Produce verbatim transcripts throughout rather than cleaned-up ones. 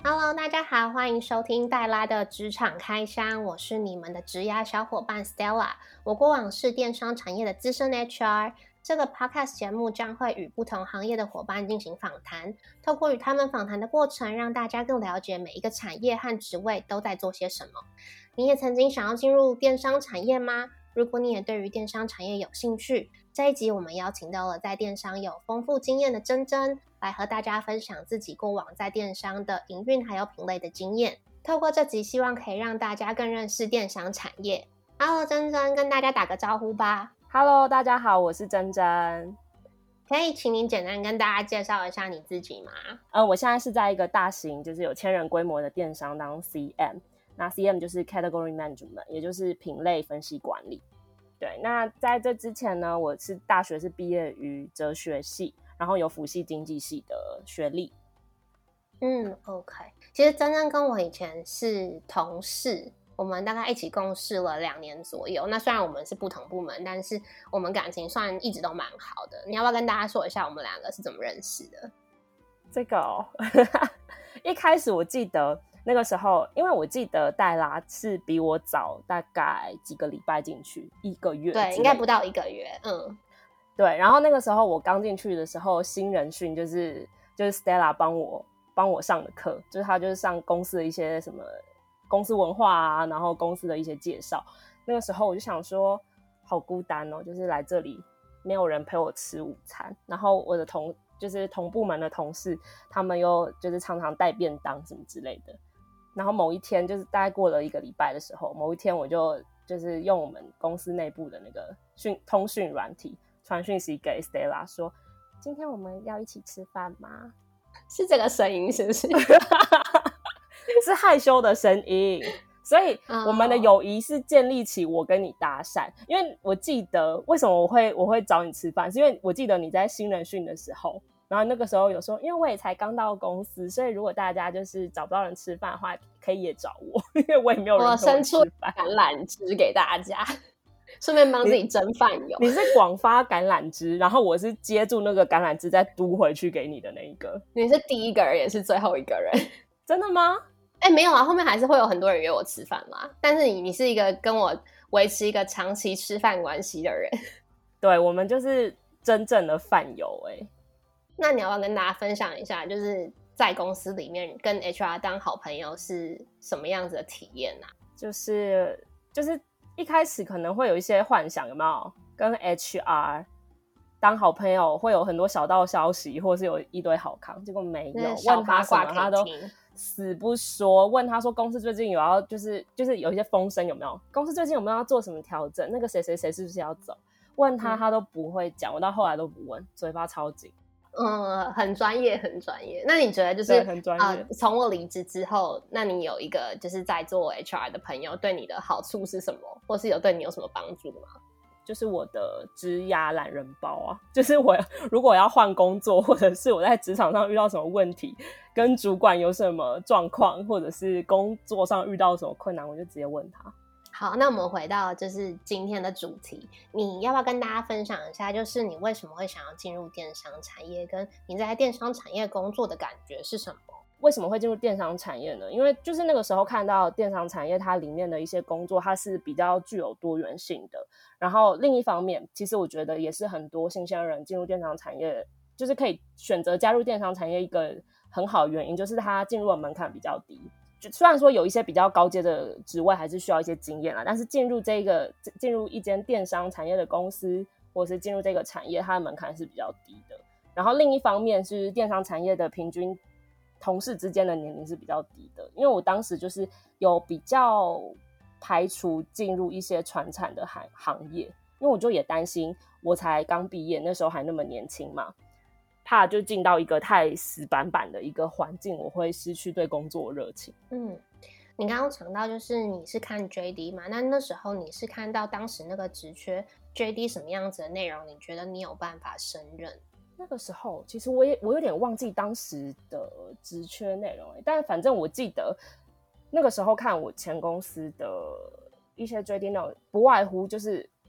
Hello， 大家好，欢迎收听黛拉的职场开箱，我是你们的职涯小伙伴 Stella。我过往是电商产业的资深 H R， 这个 podcast 节目将会与不同行业的伙伴进行访谈，透过与他们访谈的过程，让大家更了解每一个产业和职位都在做些什么。你也曾经想要进入电商产业吗？如果你也对于电商产业有兴趣，这一集我们邀请到了在电商有丰富经验的珍珍，来和大家分享自己过往在电商的营运还有品类的经验。透过这集，希望可以让大家更认识电商产业。Hello， 珍珍，跟大家打个招呼吧。 Hello， 大家好，我是珍珍。 可以请你简单跟大家介绍一下你自己吗？ 呃，我现在是在一个大型，就是有千人规模的电商当 C M。那 C M 就是 Category Management， 也就是品类分析管理。对，那在这之前呢，我是大学是毕业于哲学系，然后有辅系经济系的学历。 嗯 OK， 其实珍珍跟我以前是同事，我们大概一起共事了两年左右。那虽然我们是不同部门，但是我们感情算一直都蛮好的。你要不要跟大家说一下我们两个是怎么认识的？ 这个哦一开始我记得那个时候，因为我记得黛拉是比我早大概几个礼拜进去，一个月， 对，应该不到一个月。嗯， 对。然后那个时候我刚进去的时候，新人训就是就是 Stella 帮我帮我上的课，就是他就是上公司的一些什么公司文化啊，然后公司的一些介绍。那个时候我就想说，好孤单哦，就是来这里没有人陪我吃午餐，然后我的同就是同部门的同事，他们又就是常常带便当什么之类的。然后某一天，就是大概过了一个礼拜的时候，某一天我就就是用我们公司内部的那个讯通讯软体传讯息给 Stella 说，今天我们要一起吃饭吗？ 是这个声音是不是？ 是害羞的声音。所以我们的友谊是建立起我跟你搭讪，因为我记得为什么我会我会找你吃饭，是因为我记得你在新人训的时候，然后那个时候有说，因为我也才刚到公司，所以如果大家就是找不到人吃饭的话，可以也找我，因为我也没有人跟我吃饭。 我伸出橄榄枝给大家，顺便帮自己蒸饭油。 你是广发橄榄枝，然后我是接住那个橄榄枝再嘟回去给你的那一个。 你是第一个人，也是最后一个人。 真的吗？ 哎、欸，没有啊，后面还是会有很多人约我吃饭嘛。但是你，你是一个跟我维持一个长期吃饭关系的人。 对，我们就是真正的饭友哎、欸。 那你要不要跟大家分享一下，就是在公司里面跟 H R 当好朋友是什么样子的体验啊？ 就是就是一开始可能会有一些幻想，有没有？跟 H R 当好朋友会有很多小道消息，或是有一堆好康，结果没有。问他什么他都死不说。问他说公司最近有要就是就是有一些风声有没有？公司最近有没有要做什么调整？那个谁谁谁是不是要走？问他他都不会讲，我到后来都不问，嘴巴超紧。 嗯，很专业，很专业。那你觉得就是很专业？呃， 从我离职之后，那你有一个就是在做 H R 的朋友，对你的好处是什么？或是有对你有什么帮助吗？ 就是我的职涯懒人包啊，就是我如果要换工作，或者是我在职场上遇到什么问题，跟主管有什么状况，或者是工作上遇到什么困难，我就直接问他。 好，那我们回到就是今天的主题，你要不要跟大家分享一下，就是你为什么会想要进入电商产业，跟你在电商产业工作的感觉是什么？ 为什么会进入电商产业呢？因为就是那个时候看到电商产业它里面的一些工作，它是比较具有多元性的。然后另一方面，其实我觉得也是很多新鲜人进入电商产业，就是可以选择加入电商产业一个很好的原因，就是它进入的门槛比较低。就虽然说有一些比较高阶的职位还是需要一些经验啦，但是进入这个进入一间电商产业的公司，或者是进入这个产业，它的门槛是比较低的。然后另一方面是电商产业的平均同事之间的年龄是比较低的，因为我当时就是有比较排除进入一些传产的行行业，因为我就也担心我才刚毕业，那时候还那么年轻嘛，怕就进到一个太死板板的一个环境，我会失去对工作的热情。 嗯，你刚刚讲到就是你是看 J D 嘛，那那时候你是看到当时那个职缺 J D 什么样子的内容，你觉得你有办法胜任？ 那个时候其实我也我有点忘记当时的职缺内容，但反正我记得那个时候看我前公司的一些 J D 内容，不外乎就是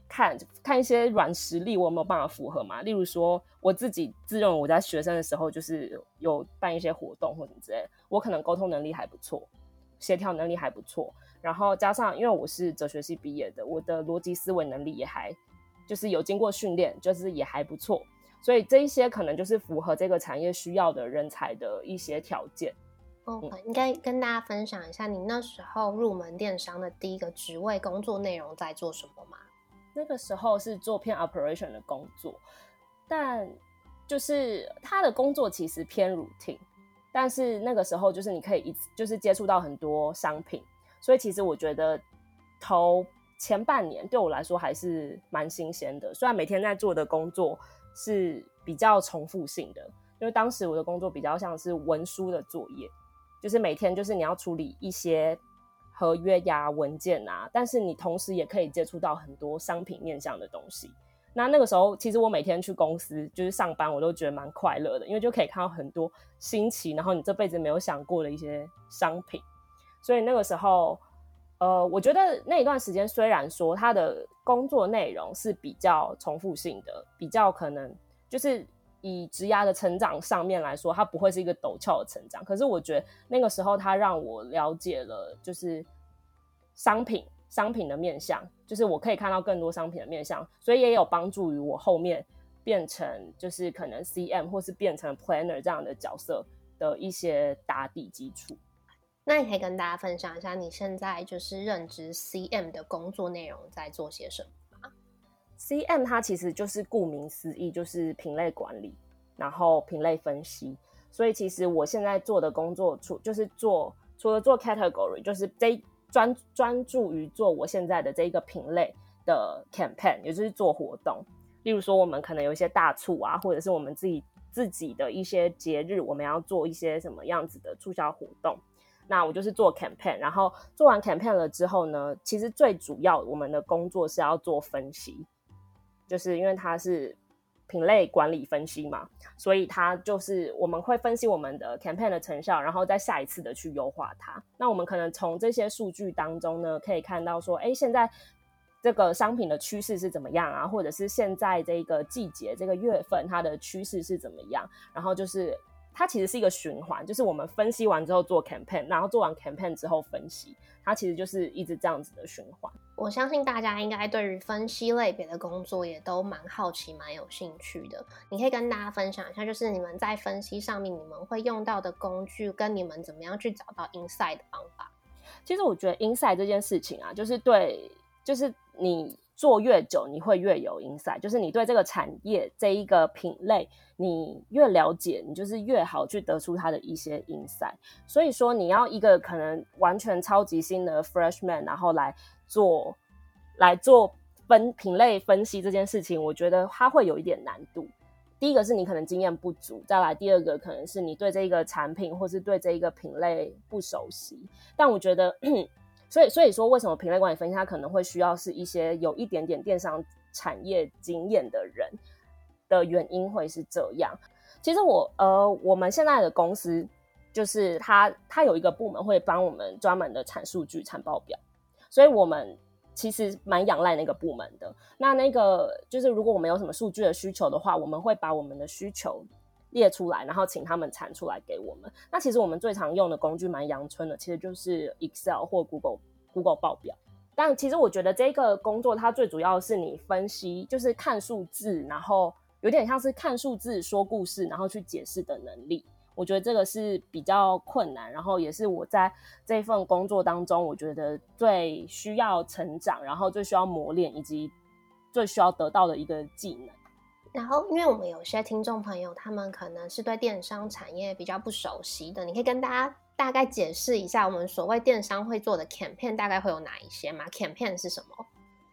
看看一些软实力我有没有办法符合嘛。例如说我自己自认为我在学生的时候就是有办一些活动或者之类的，我可能沟通能力还不错，协调能力还不错，然后加上因为我是哲学系毕业的，我的逻辑思维能力也还就是有经过训练，就是也还不错，所以这一些可能就是符合这个产业需要的人才的一些条件。 哦、嗯，应该跟大家分享一下你那时候入门电商的第一个职位工作内容在做什么吗？ 那个时候是做偏 operation 的工作，但就是他的工作其实偏 routine， 但是那个时候就是你可以一就是接触到很多商品，所以其实我觉得头前半年对我来说还是蛮新鲜的，虽然每天在做的工作是比较重复性的，因为当时我的工作比较像是文书的作业，就是每天就是你要处理一些合约呀、文件啊，但是你同时也可以接触到很多商品面向的东西。那那个时候其实我每天去公司就是上班，我都觉得蛮快乐的，因为就可以看到很多新奇然后你这辈子没有想过的一些商品。所以那个时候呃，我觉得那一段时间虽然说他的工作内容是比较重复性的，比较可能就是以职涯的成长上面来说，它不会是一个陡峭的成长，可是我觉得那个时候它让我了解了就是商品商品的面向，就是我可以看到更多商品的面向，所以也有帮助于我后面变成就是可能 C M 或是变成 planner 这样的角色的一些打底基础。 那你可以跟大家分享一下你现在就是任职 C M 的工作内容在做些什么吗？ C M 它其实就是顾名思义，就是品类管理，然后品类分析。所以其实我现在做的工作除就是做除了做 category， 就是这专专注于做我现在的这一个品类的 campaign， 也就是做活动。例如说我们可能有一些大促啊，或者是我们自己自己的一些节日，我们要做一些什么样子的促销活动。那我就是做 campaign， 然后做完 campaign 了之后呢，其实最主要我们的工作是要做分析，就是因为它是品类管理分析嘛，所以它就是我们会分析我们的 campaign 的成效，然后再下一次的去优化它。那我们可能从这些数据当中呢，可以看到说，哎，现在这个商品的趋势是怎么样啊，或者是现在这个季节这个月份它的趋势是怎么样，然后就是它其实是一个循环，就是我们分析完之后做 campaign， 然后做完 campaign 之后分析，它其实就是一直这样子的循环。 我相信大家应该对于分析类别的工作也都蛮好奇蛮有兴趣的，你可以跟大家分享一下，就是你们在分析上面你们会用到的工具跟你们怎么样去找到 insight 的方法。 其实我觉得 insight 这件事情啊，就是对就是你做越久你会越有 insight， 就是你对这个产业这一个品类你越了解，你就是越好去得出它的一些 insight。 所以说你要一个可能完全超级新的 freshman 然后来做来做分品类分析这件事情，我觉得它会有一点难度。第一个是你可能经验不足，再来第二个可能是你对这一个产品或是对这一个品类不熟悉。但我觉得所以所以说为什么品类管理分析它可能会需要是一些有一点点电商产业经验的人的原因会是这样。其实我呃我们现在的公司就是它它有一个部门会帮我们专门的产数据产报表，所以我们其实蛮仰赖那个部门的。那那个就是如果我们有什么数据的需求的话，我们会把我们的需求列出来，然后请他们产出来给我们。那其实我们最常用的工具蛮阳春的，其实就是 Excel 或 Google Google 报表。但其实我觉得这个工作它最主要是你分析，就是看数字，然后有点像是看数字说故事，然后去解释的能力。我觉得这个是比较困难，然后也是我在这份工作当中我觉得最需要成长，然后最需要磨练，以及最需要得到的一个技能。 然后因为我们有些听众朋友他们可能是对电商产业比较不熟悉的，你可以跟大家大概解释一下我们所谓电商会做的 campaign 大概会有哪一些吗？ campaign 是什么？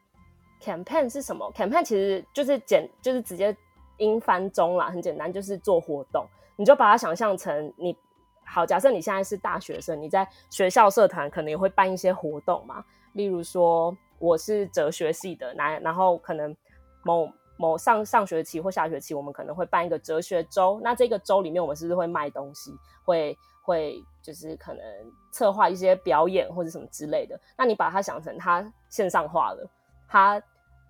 campaign 是什么？ campaign 其实就是简就是直接英翻中啦，很简单，就是做活动。你就把它想象成你好，假设你现在是大学生，你在学校社团可能也会办一些活动嘛，例如说我是哲学系的，然后可能某某上上学期或下学期我们可能会办一个哲学周，那这个周里面我们是不是会卖东西，会会就是可能策划一些表演或者什么之类的。那你把它想成它线上化了，它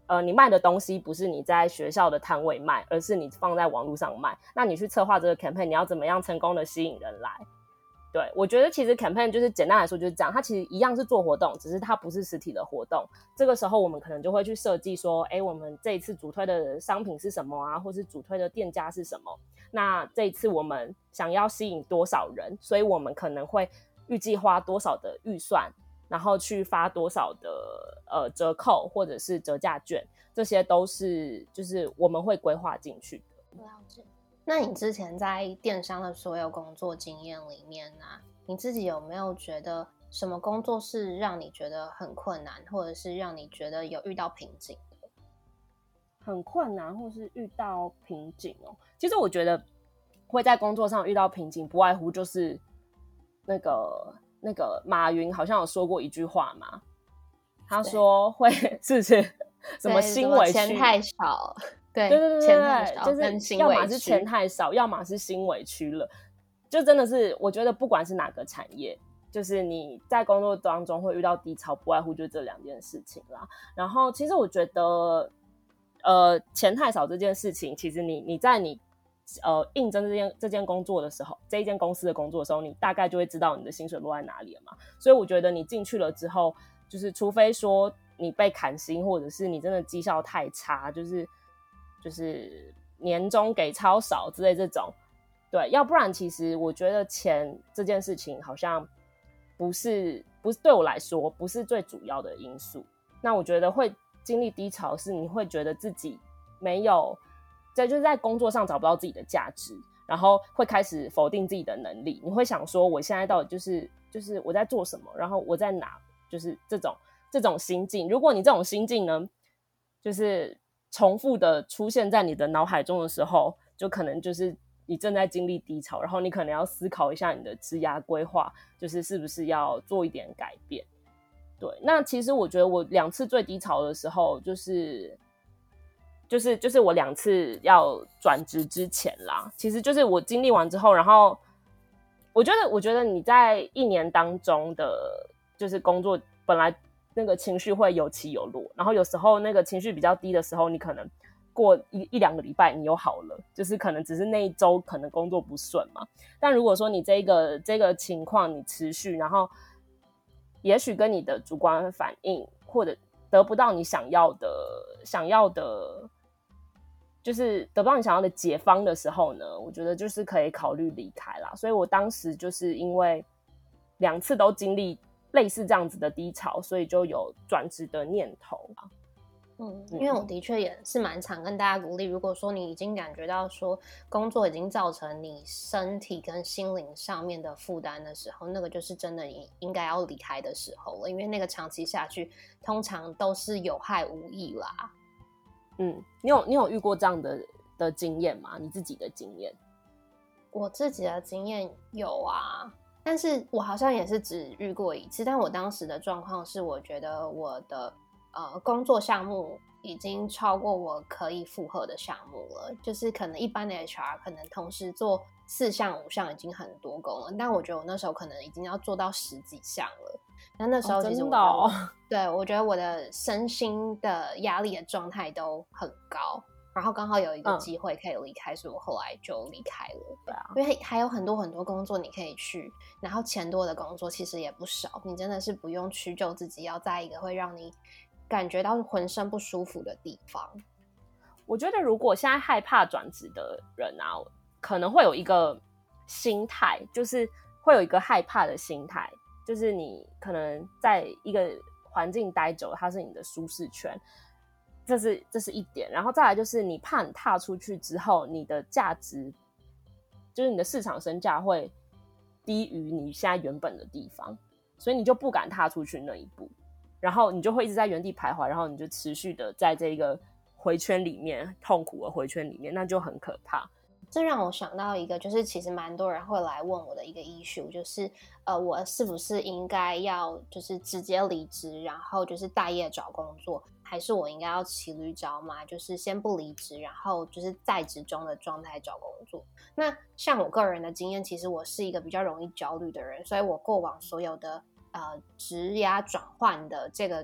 呃，你卖的东西不是你在学校的摊位卖，而是你放在网络上卖。那你去策划这个 campaign， 你要怎么样成功的吸引人来？对，我觉得其实 campaign 就是简单来说就是这样，它其实一样是做活动，只是它不是实体的活动。这个时候我们可能就会去设计说，哎，我们这一次主推的商品是什么啊，或是主推的店家是什么？那这一次我们想要吸引多少人，所以我们可能会预计花多少的预算，然后去发多少的呃折扣或者是折价券，这些都是就是我们会规划进去的。 了解。那你之前在电商的所有工作经验里面呢、啊，你自己有没有觉得什么工作是让你觉得很困难，或者是让你觉得有遇到瓶颈的？ 很困难或是遇到瓶颈哦，其实我觉得会在工作上遇到瓶颈，不外乎就是那个那个马云好像有说过一句话嘛，他说会是不是什么心委屈， 钱太少，对对对对对钱太少， 就是要么是钱太少，要么是心委屈了，就真的是我觉得不管是哪个产业，就是你在工作当中会遇到低潮，不外乎就这两件事情啦。然后其实我觉得呃，钱太少这件事情，其实你你在你呃应征这件这件工作的时候，这一间公司的工作的时候，你大概就会知道你的薪水落在哪里了嘛。所以我觉得你进去了之后，就是除非说你被砍薪，或者是你真的绩效太差，就是就是年终给超少之类这种，对，要不然其实我觉得钱这件事情好像不是不是对我来说不是最主要的因素。那我觉得会经历低潮是你会觉得自己没有在就是在工作上找不到自己的价值，然后会开始否定自己的能力，你会想说我现在到底就是就是我在做什么，然后我在哪，就是这种这种心境。如果你这种心境呢就是重复的出现在你的脑海中的时候，就可能就是你正在经历低潮，然后你可能要思考一下你的职涯规划，就是是不是要做一点改变。对，那其实我觉得我两次最低潮的时候，就是就是就是我两次要转职之前啦，其实就是我经历完之后，然后我觉得我觉得你在一年当中的就是工作本来那个情绪会有起有落，然后有时候那个情绪比较低的时候，你可能过一一两个礼拜你又好了，就是可能只是那一周可能工作不顺嘛。但如果说你这个这个情况你持续，然后也许跟你的主观反应，或者得不到你想要的想要的就是得不到你想要的解方的时候呢，我觉得就是可以考虑离开啦。所以我当时就是因为两次都经历类似这样子的低潮，所以就有转职的念头。 嗯，因为我的确也是蛮常跟大家鼓励，如果说你已经感觉到说工作已经造成你身体跟心灵上面的负担的时候，那个就是真的应该要离开的时候了，因为那个长期下去通常都是有害无益啦。 嗯，你有你有遇过这样的的经验吗？你自己的经验？ 我自己的经验有啊，但是我好像也是只遇过一次，但我当时的状况是我觉得我的呃，工作项目已经超过我可以负荷的项目了，就是可能一般的 H R 可能同时做四项五项已经很多工了，但我觉得我那时候可能已经要做到十几项了。那那时候其实我觉得我、 哦真的哦、 对，我觉得我的身心的压力的状态都很高，然后刚好有一个机会可以离开、嗯、所以我后来就离开了。对啊，因为还有很多很多工作你可以去，然后钱多的工作其实也不少，你真的是不用屈就自己要在一个会让你感觉到浑身不舒服的地方。 我觉得如果现在害怕转职的人啊，可能会有一个心态，就是会有一个害怕的心态，就是你可能在一个环境待久了，它是你的舒适圈，这是这是一点。然后再来就是你怕你踏出去之后，你的价值就是你的市场身价会低于你现在原本的地方，所以你就不敢踏出去那一步，然后你就会一直在原地徘徊，然后你就持续的在这个回圈里面，痛苦的回圈里面，那就很可怕。 这让我想到一个，就是其实蛮多人会来问我的一个 issue， 就是呃，我是不是应该要就是直接离职，然后就是待业找工作，还是我应该要骑驴找马，就是先不离职，然后就是在职中的状态找工作。那像我个人的经验，其实我是一个比较容易焦虑的人，所以我过往所有的呃职涯转换的这个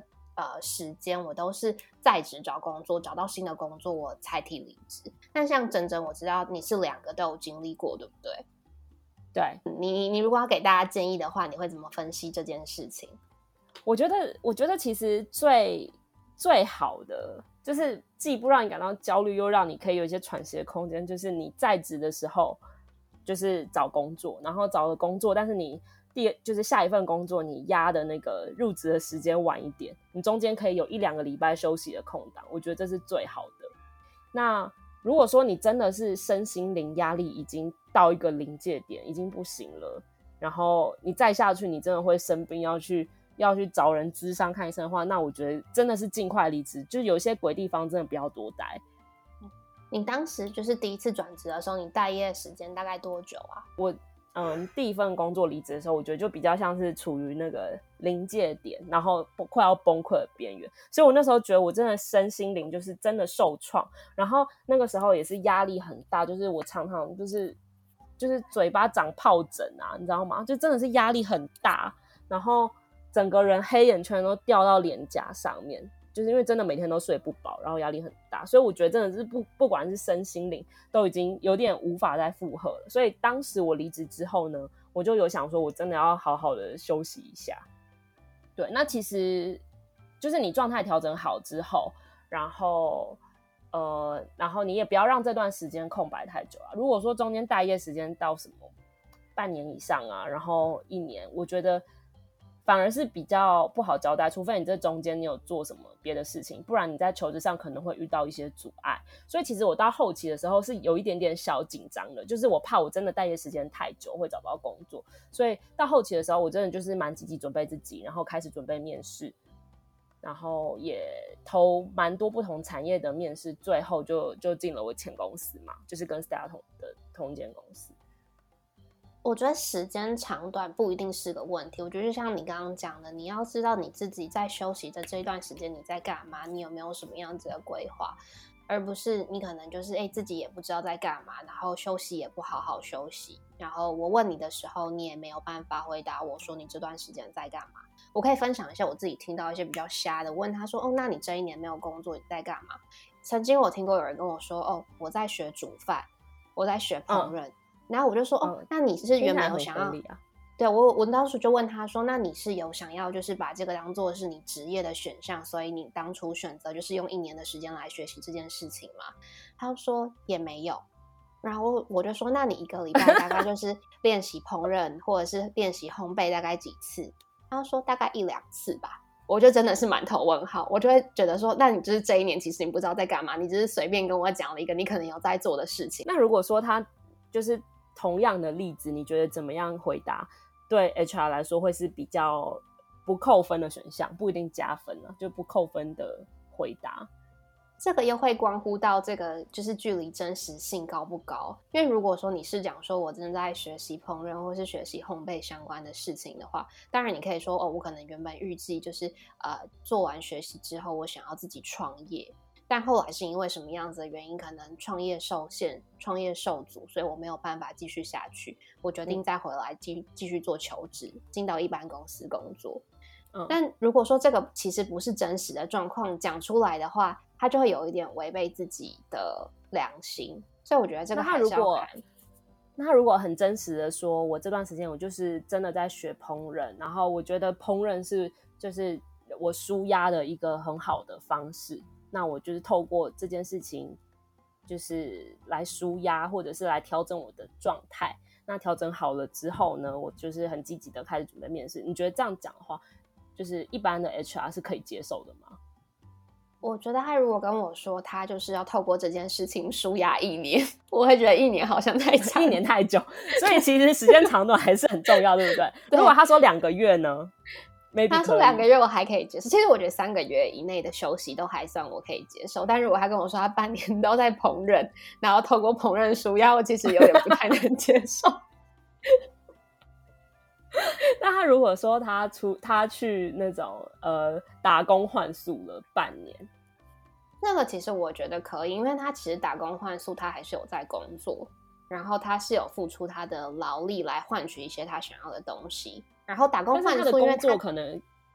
呃时间，我都是在职找工作，找到新的工作我才提离职。但像珍珍，我知道你是两个都有经历过，对不对？ 对， 你你如果要给大家建议的话，你会怎么分析这件事情？ 我觉得，我觉得其实最最好的就是既不让你感到焦虑，又让你可以有一些喘息的空间，就是你在职的时候就是找工作，然后找了工作，但是你第就是下一份工作你压的那个入职的时间晚一点，你中间可以有一两个礼拜休息的空档，我觉得这是最好的。那如果说你真的是身心灵压力已经到一个临界点，已经不行了，然后你再下去你真的会生病，要去要去找人咨商看医生的话，那我觉得真的是尽快离职，就是有一些鬼地方真的不要多待。 你当时就是第一次转职的时候，你待业时间大概多久啊？ 我嗯，第一份工作离职的时候，我觉得就比较像是处于那个临界点，然后快要崩溃的边缘，所以我那时候觉得我真的身心灵就是真的受创，然后那个时候也是压力很大，就是我常常就是就是嘴巴长疱疹啊，你知道吗？就真的是压力很大，然后整个人黑眼圈都掉到脸颊上面，就是因为真的每天都睡不饱，然后压力很大，所以我觉得真的是不不管是身心灵都已经有点无法再负荷了。所以当时我离职之后呢，我就有想说我真的要好好的休息一下。对，那其实就是你状态调整好之后，然后呃，然后你也不要让这段时间空白太久啊。如果说中间待业时间到什么半年以上啊，然后一年，我觉得反而是比较不好交代，除非你这中间你有做什么别的事情，不然你在求职上可能会遇到一些阻碍。所以其实我到后期的时候是有一点点小紧张的，就是我怕我真的待业时间太久会找不到工作，所以到后期的时候我真的就是蛮积极准备自己，然后开始准备面试，然后也投蛮多不同产业的面试，最后就就进了我前公司嘛，就是跟 Stella 同的同一间公司。 我觉得时间长短不一定是个问题，我觉得就像你刚刚讲的，你要知道你自己在休息的这一段时间你在干嘛，你有没有什么样子的规划，而不是你可能就是哎自己也不知道在干嘛，然后休息也不好好休息，然后我问你的时候你也没有办法回答我说你这段时间在干嘛。我可以分享一下我自己听到一些比较瞎的，问他说哦那你这一年没有工作你在干嘛。曾经我听过有人跟我说哦我在学煮饭，我在学烹饪、嗯然后我就说哦、嗯，那你是原本有想要、啊、对我我当时就问他说那你是有想要就是把这个当做是你职业的选项，所以你当初选择就是用一年的时间来学习这件事情吗？他说也没有。然后我就说那你一个礼拜大概就是练习烹饪或者是练习烘焙大概几次？他说大概一两次吧。我就真的是满头问号，我就会觉得说那你就是这一年其实你不知道在干嘛，你只是随便跟我讲了一个你可能有在做的事情。 那如果说他就是同样的例子，你觉得怎么样回答对 H R 来说会是比较不扣分的选项，不一定加分啊，就不扣分的回答？ 这个又会关乎到这个就是距离真实性高不高，因为如果说你是讲说我正在学习烹饪或是学习烘焙相关的事情的话，当然你可以说哦我可能原本预计就是呃做完学习之后我想要自己创业，但后来是因为什么样子的原因，可能创业受限，创业受阻，所以我没有办法继续下去，我决定再回来继继续做求职，进到一般公司工作。嗯，但如果说这个其实不是真实的状况讲出来的话，他就会有一点违背自己的良心，所以我觉得这个还是要看。 那他如果很真实的说我这段时间我就是真的在学烹饪，然后我觉得烹饪是就是我抒压的一个很好的方式，那我就是透过这件事情就是来抒压或者是来调整我的状态，那调整好了之后呢，我就是很积极的开始准备面试。你觉得这样讲的话就是一般的 H R 是可以接受的吗？ 我觉得他如果跟我说他就是要透过这件事情抒压一年，我会觉得一年好像太长， 一年太久，所以其实时间长短还是很重要，对不对？对，如果他说两个月呢？ 他说两个月我还可以接受，其实我觉得三个月以内的休息都还算我可以接受，但如果他跟我说他半年都在烹饪，然后透过烹饪抒压，我其实有点不太能接受。 那他如果说他出他去那种呃打工换宿了半年， 那个其实我觉得可以，因为他其实打工换宿他还是有在工作，然后他是有付出他的劳力来换取一些他想要的东西，然后打工换宿因为他的工作可能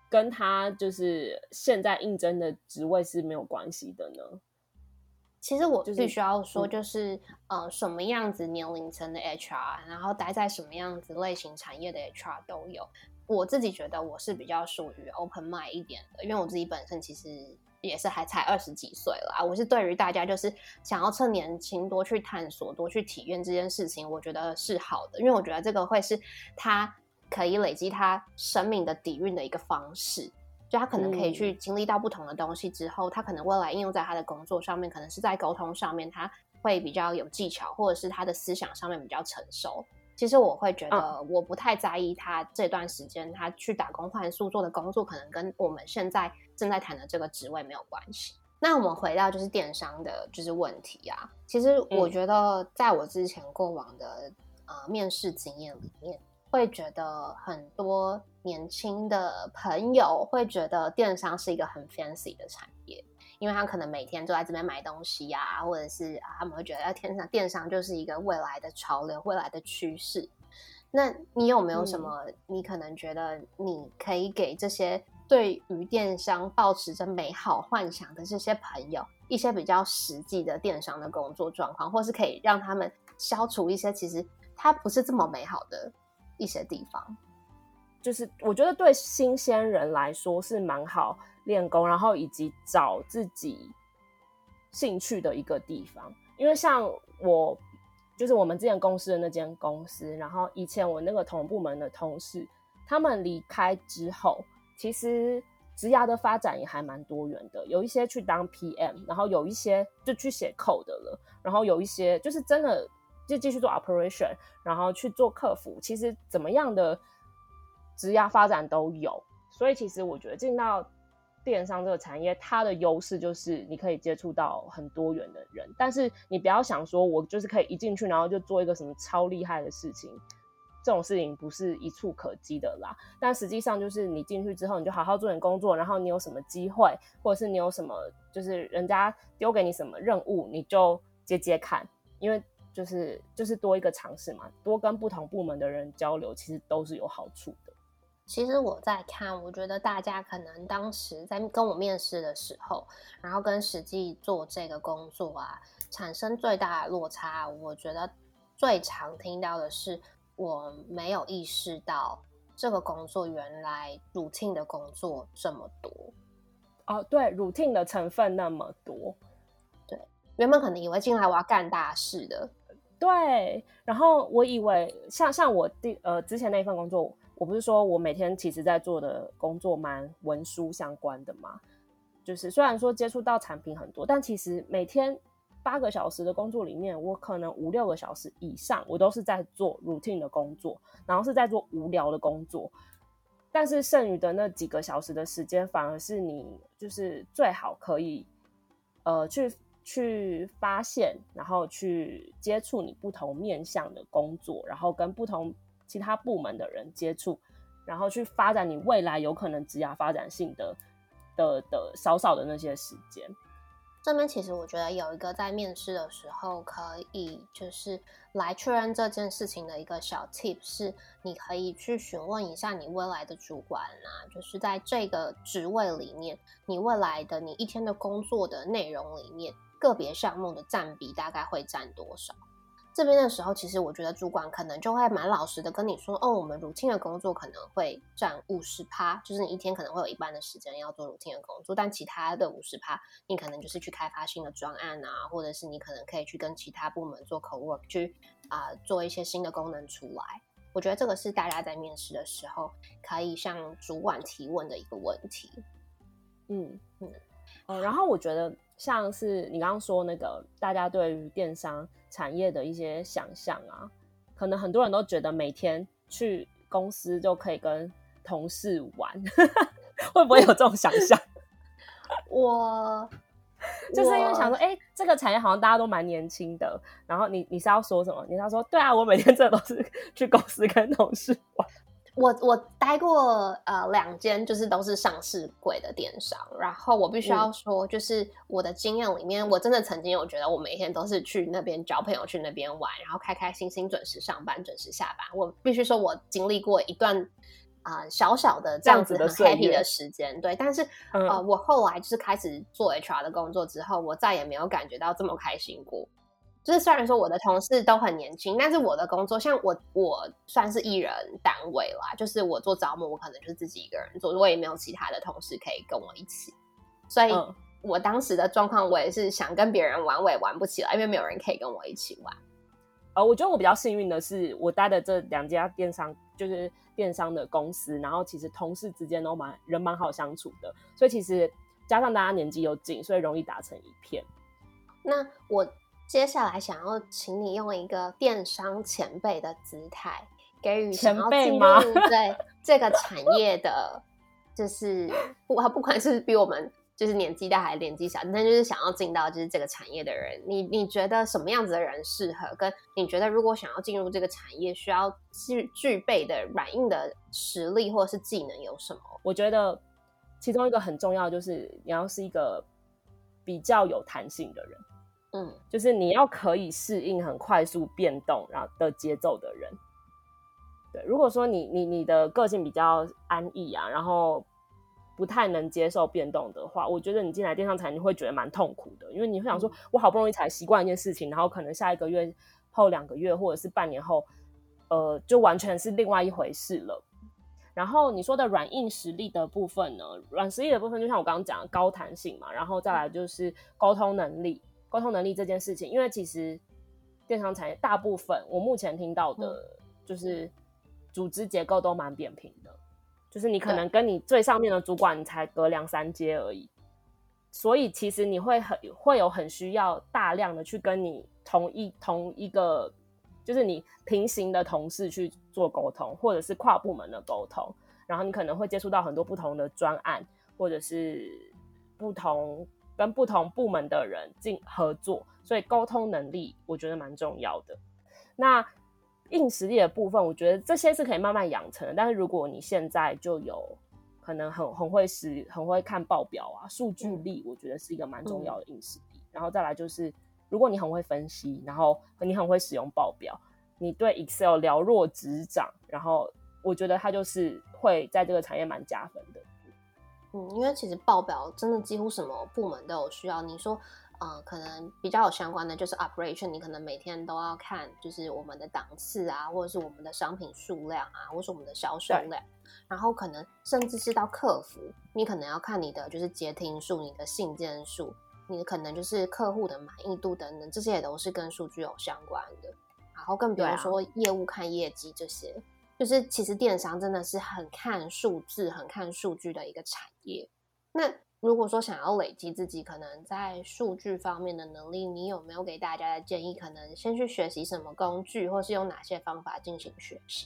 跟他就是现在应征的职位是没有关系的呢？ 其实我必须要说， 就是、就是嗯、呃，什么样子年龄层的 H R， 然后待在什么样子类型产业的 H R 都有。我自己觉得我是比较属于 open mind 一点的，因为我自己本身其实也是还才二十几岁了啊。我是对于大家就是想要趁年轻多去探索、多去体验这件事情，我觉得是好的，因为我觉得这个会是他可以累积他生命的底蕴的一个方式。就他可能可以去经历到不同的东西之后、嗯、他可能未来应用在他的工作上面，可能是在沟通上面他会比较有技巧，或者是他的思想上面比较成熟。其实我会觉得我不太在意他这段时间他去打工换宿做的工作可能跟我们现在正在谈的这个职位没有关系。那我们回到就是电商的就是问题啊，其实我觉得在我之前过往的、呃、面试经验里面，会觉得很多年轻的朋友会觉得电商是一个很 fancy 的产业，因为他可能每天都在这边买东西啊，或者是、啊、他们会觉得电商电商就是一个未来的潮流，未来的趋势。那你有没有什么、嗯、你可能觉得你可以给这些对于电商抱持着美好幻想的这些朋友一些比较实际的电商的工作状况，或是可以让他们消除一些其实它不是这么美好的一些地方？ 就是我觉得对新鲜人来说是蛮好练功，然后以及找自己兴趣的一个地方。因为像我就是我们之前公司的那间公司，然后以前我那个同部门的同事，他们离开之后，其实职涯的发展也还蛮多元的，有一些去当 P M， 然后有一些就去写 code 的了，然后有一些就是真的就继续做 operation， 然后去做客服，其实怎么样的职涯发展都有。所以其实我觉得进到电商这个产业，它的优势就是你可以接触到很多元的人，但是你不要想说我就是可以一进去然后就做一个什么超厉害的事情，这种事情不是一触可及的啦。但实际上就是你进去之后，你就好好做点工作，然后你有什么机会，或者是你有什么就是人家丢给你什么任务，你就接接看，因为就是就是多一个尝试嘛，多跟不同部门的人交流，其实都是有好处的。 其实我在看，我觉得大家可能当时在跟我面试的时候，然后跟实际做这个工作啊，产生最大的落差，我觉得最常听到的是我没有意识到这个工作原来 routine 的工作这么多。 哦，对， routine 的成分那么多。 对，原本可能以为进来我要干大事的。 对，然后我以为像像我第呃之前那份工作，我不是说我每天其实在做的工作蛮文书相关的嘛，就是虽然说接触到产品很多，但其实每天八个小时的工作里面，我可能五六个小时以上我都是在做 routine 的工作，然后是在做无聊的工作，但是剩余的那几个小时的时间反而是你就是最好可以呃去去发现，然后去接触你不同面向的工作，然后跟不同其他部门的人接触，然后去发展你未来有可能职涯发展性的的的少少的那些时间。 这边其实我觉得有一个在面试的时候可以就是来确认这件事情的一个小 tip 是，你可以去询问一下你未来的主管啊，就是在这个职位里面，你未来的你一天的工作的内容里面，个别项目的占比大概会占多少。这边的时候，其实我觉得主管可能就会蛮老实的跟你说，哦，我们 routine 的工作可能会占 百分之五十， 就是你一天可能会有一半的时间要做 routine 的工作，但其他的 百分之五十 你可能就是去开发新的专案啊，或者是你可能可以去跟其他部门做 co-work 去、呃、做一些新的功能出来。我觉得这个是大家在面试的时候可以向主管提问的一个问题。 嗯嗯、呃，然后我觉得像是你刚刚说那个大家对于电商产业的一些想象啊，可能很多人都觉得每天去公司就可以跟同事玩会不会有这种想象？ 我就是因为想说哎、欸，这个产业好像大家都蛮年轻的，然后你你是要说什么？你是要说对啊，我每天真的都是去公司跟同事玩。 我我待过呃两间就是都是上市柜的电商，然后我必须要说，就是我的经验里面，我真的曾经有觉得我每天都是去那边交朋友，去那边玩，然后开开心心准时上班准时下班。我必须说我经历过一段呃小小的这样子很这样子的 happy 的时间，对。但是、嗯、呃，我后来就是开始做 H R 的工作之后，我再也没有感觉到这么开心过。就是虽然说我的同事都很年轻，但是我的工作像我我算是一人单位啦，就是我做招募，我可能就是自己一个人做，我也没有其他的同事可以跟我一起，所以我当时的状况，我也是想跟别人玩，我也玩不起来，因为没有人可以跟我一起玩。 呃，我觉得我比较幸运的是，我待的这两家电商就是电商的公司，然后其实同事之间都蛮人蛮好相处的，所以其实加上大家年纪又近，所以容易打成一片。 那我接下来想要请你用一个电商前辈的姿态，给予想要进入对这个产业的，就是不不管是比我们就是年纪大还是年纪小，但就是想要进到就是这个产业的人，你你觉得什么样子的人适合？跟你觉得如果想要进入这个产业，需要具具备的软硬的实力或者是技能有什么？ 我觉得其中一个很重要就是你要是一个比较有弹性的人。嗯，就是你要可以适应很快速变动然后的节奏的人。对，如果说你你你的个性比较安逸啊，然后不太能接受变动的话，我觉得你进来电商产业你会觉得蛮痛苦的，因为你会想说，我好不容易才习惯一件事情，然后可能下一个月后、两个月或者是半年后，呃，就完全是另外一回事了。然后你说的软硬实力的部分呢，软实力的部分就像我刚刚讲的高弹性嘛，然后再来就是沟通能力。沟通能力这件事情，因为其实电商产业大部分我目前听到的就是组织结构都蛮扁平的，就是你可能跟你最上面的主管你才隔两三阶而已，所以其实你会很会有很需要大量的去跟你同一同一个就是你平行的同事去做沟通，或者是跨部门的沟通，然后你可能会接触到很多不同的专案，或者是不同跟不同部门的人进合作，所以沟通能力我觉得蛮重要的。那硬实力的部分，我觉得这些是可以慢慢养成的，但是如果你现在就有可能很很会使很会看报表啊，数据力我觉得是一个蛮重要的硬实力、嗯、然后再来就是如果你很会分析，然后你很会使用报表，你对 Excel 了若指掌，然后我觉得它就是会在这个产业蛮加分的。 嗯，因为其实报表真的几乎什么部门都有需要。你说，呃，可能比较有相关的就是 operation， 你可能每天都要看，就是我们的档次啊，或者是我们的商品数量啊，或是我们的销售量。然后可能甚至是到客服，你可能要看你的就是接听数、你的信件数，你可能就是客户的满意度等等，这些也都是跟数据有相关的。然后更比如说业务看业绩这些。就是其实电商真的是很看数字很看数据的一个产业。那如果说想要累积自己可能在数据方面的能力，你有没有给大家的建议，可能先去学习什么工具，或是用哪些方法进行学习？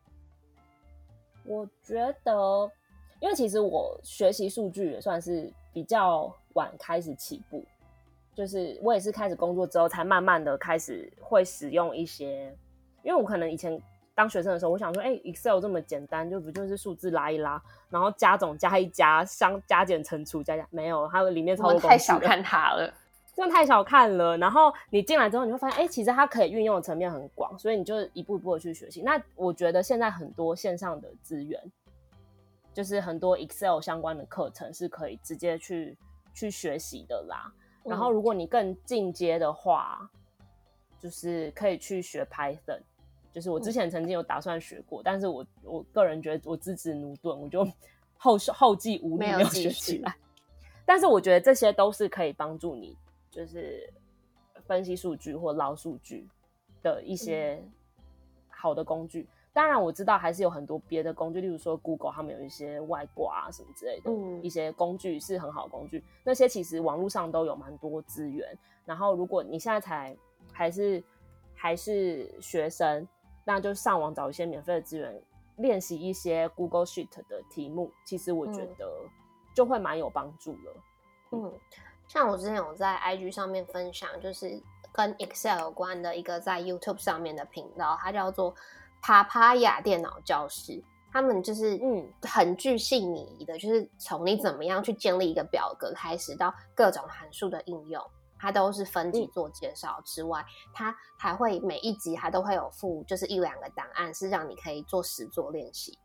我觉得因为其实我学习数据也算是比较晚开始起步，就是我也是开始工作之后才慢慢的开始会使用一些，因为我可能以前当学生的时候，我想说，哎、欸、，Excel 这么简单，就不就是数字拉一拉，然后加总加一加，相加减乘除加加，没有，它里面超多工具。 我太小看它了， 真的太小看了。然后你进来之后，你会发现，哎、欸，其实它可以运用的层面很广，所以你就一步一步的去学习。那我觉得现在很多线上的资源，就是很多 Excel 相关的课程是可以直接去去学习的啦。然后如果你更进阶的话，就是可以去学 Python。就是我之前曾经有打算学过、嗯、但是我我个人觉得我资质驽钝，我就后后继无力，没有学起来。但是我觉得这些都是可以帮助你就是分析数据或捞数据的一些好的工具、嗯、当然我知道还是有很多别的工具，例如说 Google 他们有一些外挂啊什么之类的、嗯、一些工具是很好的工具，那些其实网络上都有蛮多资源。然后如果你现在才还是还是学生，那就上网找一些免费的资源，练习一些 Google Sheet 的题目，其实我觉得就会蛮有帮助了。 嗯，像我之前有在 I G 上面分享，就是跟 Excel 有关的一个在 YouTube 上面的频道，它叫做帕帕雅电脑教室。他们就是嗯很具细腻的，就是从你怎么样去建立一个表格开始，到各种函数的应用。它都是分级做介绍之外、嗯、它还会每一集它都会有附就是一两个档案是让你可以做实作练习的。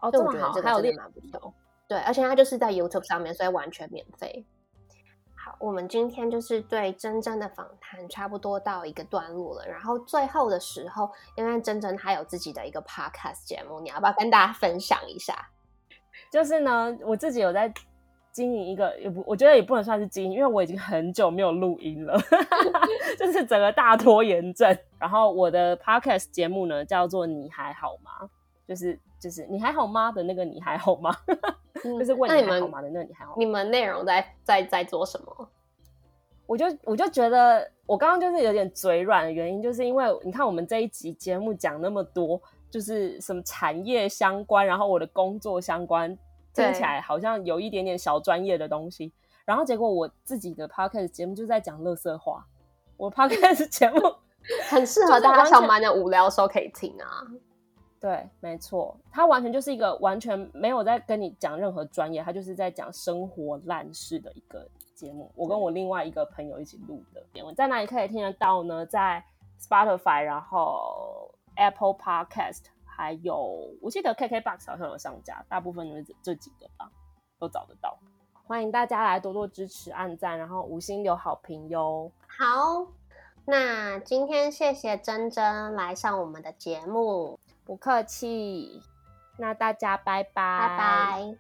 哦， 所以我觉得这个真的蛮不错。对，而且它就是在 YouTube 上面，所以完全免费。好，我们今天就是对珍珍的访谈差不多到一个段落了，然后最后的时候，因为珍珍她有自己的一个 podcast 节目，你要不要跟大家分享一下？ 就是呢，我自己有在经营一个，也不，我觉得也不能算是经营，因为我已经很久没有录音了，就是整个大拖延症。然后我的 podcast 节目呢叫做你还好吗？就是就是你还好吗的那个你还好吗？就是问你还好吗的那个你还好吗？ 你们内容在在在做什么？ 我就我就觉得我刚刚就是有点嘴软的原因，就是因为你看我们这一集节目讲那么多，就是什么产业相关，然后我的工作相关，听起来好像有一点点小专业的东西，然后结果我自己的 podcast 节目就在讲垃圾话，我 podcast 节目很适合大家上班的无聊的时候可以听啊。 对，没错，他完全就是一个完全没有在跟你讲任何专业，他就是在讲生活烂事的一个节目。我跟我另外一个朋友一起录的。我在哪里可以听得到呢？在 Spotify， 然后 Apple Podcast， 还有我记得 K K B O X 好像有上架，大部分就是这几个吧，都找得到。欢迎大家来多多支持、按赞，然后五星留好评哟。 好，那今天谢谢珍珍来上我们的节目。 不客气，那大家拜拜， 拜拜。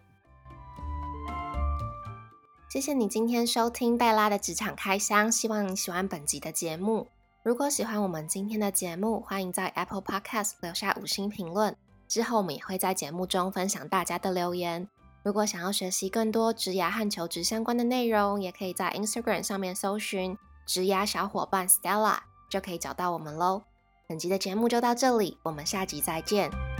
谢谢你今天收听黛拉的职场开箱，希望你喜欢本集的节目。如果喜欢我们今天的节目，欢迎在 Apple Podcast 留下五星评论，之后我们也会在节目中分享大家的留言。如果想要学习更多职涯和求职相关的内容，也可以在 Instagram 上面搜寻职涯小伙伴 Stella， 就可以找到我们咯。本集的节目就到这里，我们下集再见。